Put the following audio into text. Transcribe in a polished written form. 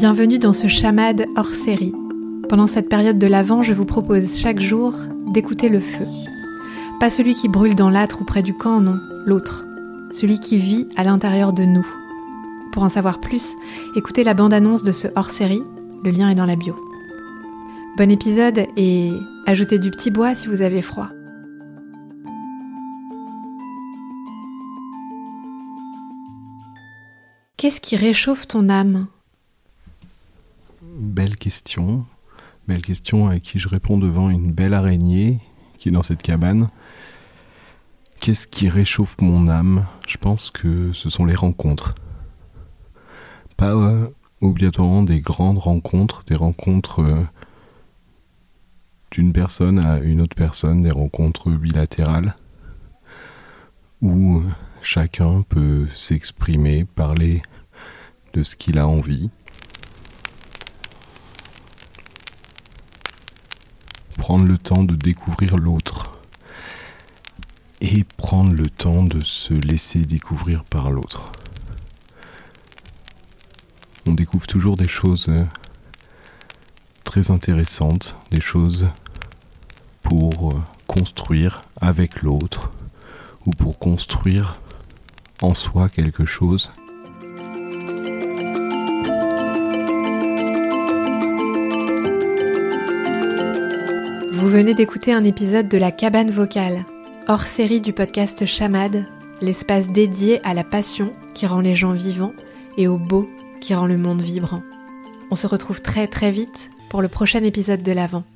Bienvenue dans ce Chamade hors série. Pendant cette période de l'Avent, je vous propose chaque jour d'écouter le feu. Pas celui qui brûle dans l'âtre ou près du camp, non, l'autre. Celui qui vit à l'intérieur de nous. Pour en savoir plus, écoutez la bande-annonce de ce hors-série, le lien est dans la bio. Bon épisode et ajoutez du petit bois si vous avez froid. Qu'est-ce qui réchauffe ton âme ? Belle question à qui je réponds devant une belle araignée qui est dans cette cabane. Qu'est-ce qui réchauffe mon âme ? Je pense que ce sont les rencontres. Pas obligatoirement des grandes rencontres, des rencontres d'une personne à une autre personne, des rencontres bilatérales, où chacun peut s'exprimer, parler de ce qu'il a envie. Prendre le temps de découvrir l'autre et prendre le temps de se laisser découvrir par l'autre. On découvre toujours des choses très intéressantes, des choses pour construire avec l'autre ou pour construire en soi quelque chose. Vous venez d'écouter un épisode de La Cabane Vocale, hors série du podcast Chamade, l'espace dédié à la passion qui rend les gens vivants et au beau qui rend le monde vibrant. On se retrouve très très vite pour le prochain épisode de l'Avent.